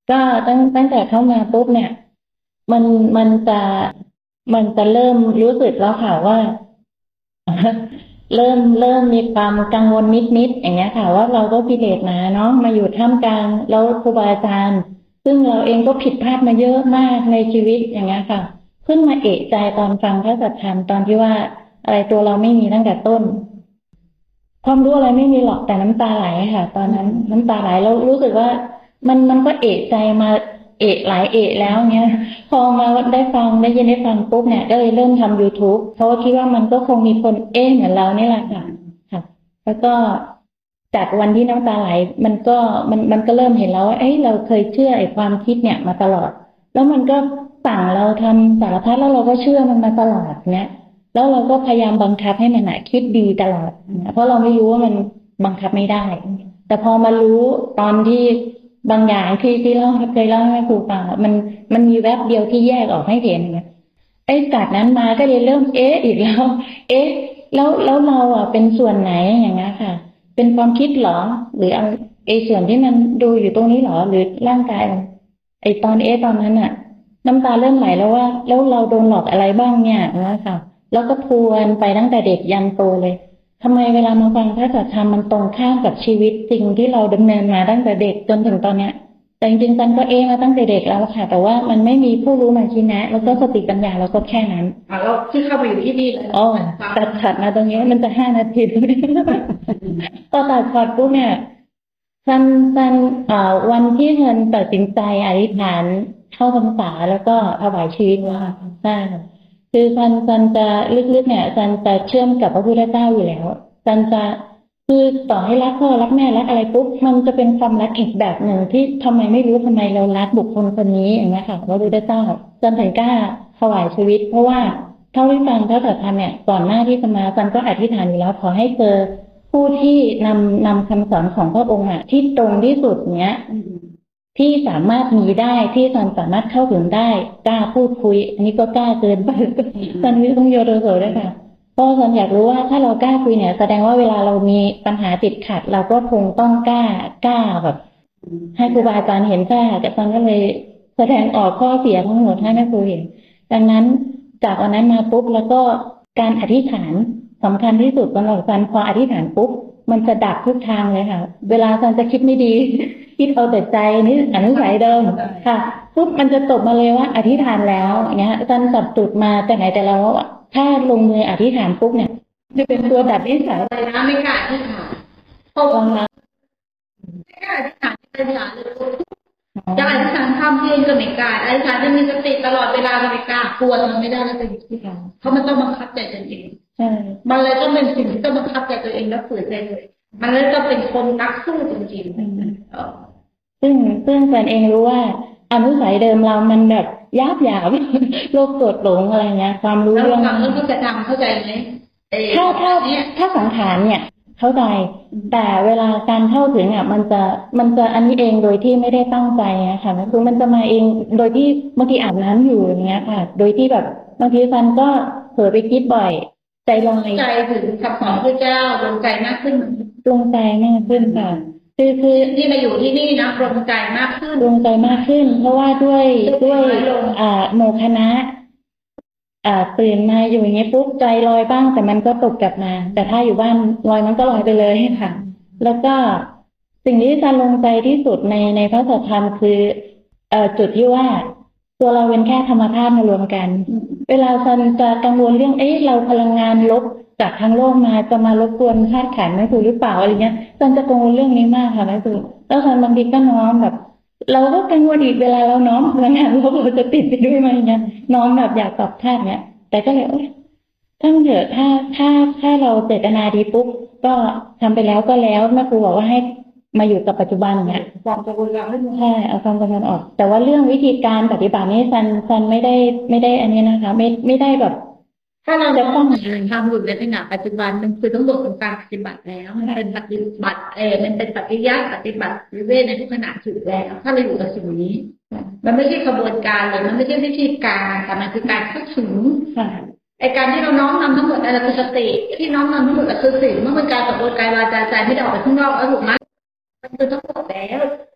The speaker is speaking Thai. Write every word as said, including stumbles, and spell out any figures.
ก็ตั้งตั้งแต่เข้ามาปุ๊บเนี่ยมันมันจะมันจะเริ่มรู้สึกแล้วค่ะว่าเริ่มเริ่มมีความกังวลนิดๆอย่างเงี้ยค่ะว่าเราก็กิเลสหนาเนาะมาอยู่ท่ามกลางแล้วครูบาอาจารย์ซึ่งเราเองก็ผิดพลาดมาเยอะมากในชีวิตอย่างเงี้ยค่ะเพิ่งมาเอะใจตอนฟังพระสัทธรรมตอนที่ว่าอะไรตัวเราไม่มีตั้งแต่ต้น ความรู้อะไรไม่มีหรอกแต่น้ำตาไหลค่ะตอนนั้นน้ำตาไหลแล้วรู้สึกว่ามันมันก็เอะใจมาเอะหลายเอะแล้วเนี้ยพอมาได้ฟังได้ยินได้ฟังปุ๊บเนี่ยก็เลยเริ่มทำ ยูทูบ เพราะว่าคิดว่ามันก็คงมีคนเอ๊ะเหมือนเรานี่แหละค่ะค่ะแล้วก็จากวันที่น้ำตาไหลมันก็มันมันก็เริ่มเห็นแล้วว่าเอ้ยเราเคยเชื่อไอ้ความคิดเนี่ยมาตลอดแล้วมันก็สั่งเราทำสารพัดแล้วเราก็เชื่อมันมาตลอดเนี่ย แล้วเราก็พยายามบังคับให้มันอะคิดดีตลอดนะเพราะเราไม่รู้ว่ามันบังคับไม่ได้ แต่พอมารู้ตอนที่บางอย่างที่ที่เล่าเคยเล่าให้ครูฟังอะมันมันมีแวบเดียวที่แยกออกให้เห็นนะไอ้จากนั้นมาก็เลยเริ่มเอ๊ะอีกแล้วเอ๊ะแล้วแล้วเราอ่ะเป็นส่วนไหนอย่างเงี้ยค่ะเป็นความคิดเหรอหรือเอาไอ้ส่วนที่มันดูอยู่ตรงนี้เหรอหรือร่างกายเราไอ้ตอนเอ๊ะตอนนั้นอ่ะน้ำตาเริ่มไหลแล้วว่าแล้วเราโดนหลอกอะไรบ้างเนี่ยนะคะแล้วก็ทวนไปตั้งแต่เด็กยันโตเลยทำไมเวลามาฟังพระสัทธรรมมันตรงข้ามกับชีวิตจริงที่เราดำเนินมาตั้งแต่เด็กจนถึงตอนเนี้ย แต่จริงๆจันก็เอะมาตั้งแต่เด็กแล้วค่ะแต่ว่ามันไม่มีผู้รู้มาชี้แนะแล้วก็สติปัญญาเราก็แค่นั้นอ่าแล้วที่เข้ามาอยู่ที่นี่เลยอ๋อตัดถัดมาตรงนี้มันจะห้านาทีพอตัดถัดปุ๊บเนี่ยซันซันเอ่อวันที่เงินตัดสินใจอธิษฐานเข้าพรรษาแล้วก็ถวายชีวิตว่าใช่ค่ะคือซันซันจะลึกๆเนี่ยซันจะเชื่อมกับพระพุทธเจ้าอยู่แล้วซันจะ คือต่อให้รักพ่อรักแม่รักอะไรปุ๊บมันจะเป็นความรักอีกแบบหนึ่งที่ทำไมไม่รู้ทำไมเรารักบุคคลคนนี้อย่างเงี้ยค่ะพระพุทธเจ้าจนถึงกล้าถวายชีวิตเพราะว่าเท่าที่ฟังพระสัทธรรมเนี่ยก่อนหน้าที่จะมาจันก็อธิษฐานอยู่แล้วขอให้เจอผู้ที่นำนำคำสอนของพระองค์อ่ะที่ตรงที่สุดเนี้ยที่สามารถมีได้ที่จันสามารถเข้าถึงได้กล้าพูดคุยอันนี้ก็กล้าเกินไปจันต้องโยโดโซด้วยค่ะ เพราะฉันอยากรู้ว่าถ้าเรากล้าคุยเนี่ยแสดงว่าเวลาเรามีปัญหาติดขัดเราก็คงต้องกล้ากล้าแบบให้ครูบาอาจารย์เห็นค่าแต่ตอนก็เลยแสดงออกข้อเสียทั้งหมดให้แม่ครูเห็นดังนั้นจากวันนั้นมาปุ๊บแล้วก็การอธิษฐานสำคัญที่สุดสำหรับฉันพออธิษฐานปุ๊บมันจะดับทุกทางเลยค่ะเวลาฉันจะคิดไม่ดีคิดเอาแต่ใจนี่อนุสัยเดิมค่ะปุ๊บมันจะตกมาเลยว่าอธิษฐานแล้วอย่างเงี้ยฉันจับจุดมาแต่ไหนแต่แล้วถ้าลงมืออธิษฐานปุ๊บเนี่ยจะเป็นตัวดับนิสัยอะไรนะไม่กล้าที่ฐานเพราะว่าไม่กล้าที่ฐานที่ฐานเลยจะอธิษฐานข้ามเพศก็ไม่กล้าอธิษฐานจะมีสติตลอดเวลาก็ไม่กล้ากลัวทำไม่ได้แล้วจะอยู่ที่เราเพราะมันต้องบังคับใจตัวเองใช่มันเลยต้องเป็นสิ่งที่ต้องบังคับใจตัวเองแล้วฝืนใจเลยมันเลยต้องเป็นคนนักสู้จริงๆซึ่งซึ่งแฟนเองรู้ว่าอนุสัยเดิมเรามันแบบยาบหยาบโลภโกรธหลงอะไรเงี้ยความรู้แล้วเรื่องฟังเรื่องที่จะทำเข้าใจไหมถ้าถ้าถ้าสังขารเนี่ยเข้าใจแต่เวลาการเข้าถึงอ่ะมันจะมันจะอันนี้เองโดยที่ไม่ได้ตั้งใจนะคะคือมันจะมาเองโดยที่บางทีอาบน้ำอยู่อย่างเงี้ยค่ะโดยที่แบบบางทีฟันก็เผลอไปคิดบ่อยใจลอยใจถึงคำสอนพระเจ้าดวงใจมากขึ้นดวงใจมากขึ้นค่ะคือคือที่มาอยู่ที่นี่นะดวงใจมากขึ้นดวงใจมากขึ้นเพราะว่าด้วยด้วยอ่าโมคณะอ่าตื่นมาอยู่อย่างเงี้ยปุ๊บใจลอยบ้างแต่มันก็ตกกลับมาแต่ถ้าอยู่บ้านลอยมันก็ลอยไปเลยค่ะแล้วก็สิ่งที่จะลงใจที่สุดในในพระสัทธรรมคือเอ่อจุดที่ว่าตัวเราเป็นแค่ธรรมธาตุมารวมกันเวลาฉันจะกังวลเรื่องเอ๊ะเราพลังงานลบจากทางโลกมาจะมารบกวนธาตุขันธ์ไม่ถูกหรือเปล่าอะไรเงี้ยฉันจะกังวลเรื่องนี้มากค่ะไม่ถูกแล้วฉันบางทีก็น้อมแบบ เราก็กังวลอีกเวลาเราน้อมพลังงานลบเราจะติดไปด้วยไหมเนี่ยน้อมแบบอยากตอบธาตุเนี่ยแต่ก็เลยเอ้ยถ้ามันเถอะถ้าถ้าถ้าเราเจตนาดีปุ๊บก็ทำไปแล้วก็แล้วแม่ครูบอกว่าให้มาอยู่กับปัจจุบันเนี่ยความกังวลเราไม่มีใช่เอาความกังวลออกแต่ว่าเรื่องวิธีการปฏิบัตินี่ซันซันไม่ได้ไม่ได้อันนี้นะคะไม่ไม่ได้แบบถ้าเราจะต้องทำอยู่ในขณะปัจจุบันมันคือทั้งหมดของการปฏิบัติแล้วมันเป็นปฏิบัติเออมันเป็นปฏิยัติปฏิบัติวิเวทในทุกขณะจุดแล้วถ้าเราอยู่กับสิ่งนี้มันไม่ใช่กระบวนการเลยมันไม่ใช่วิธีการแต่มันคือการเข้าถึงไอการที่เราน้อมนำทั้งหมดอะไรคือสติที่น้อมนำทั้งหมดคือสิ่งเมื่อมันการกระบวนการวาจาใจไม่ได้ออกไปข้างนอกแล้วถูกไหมมันคือทั้งหมดแล้ว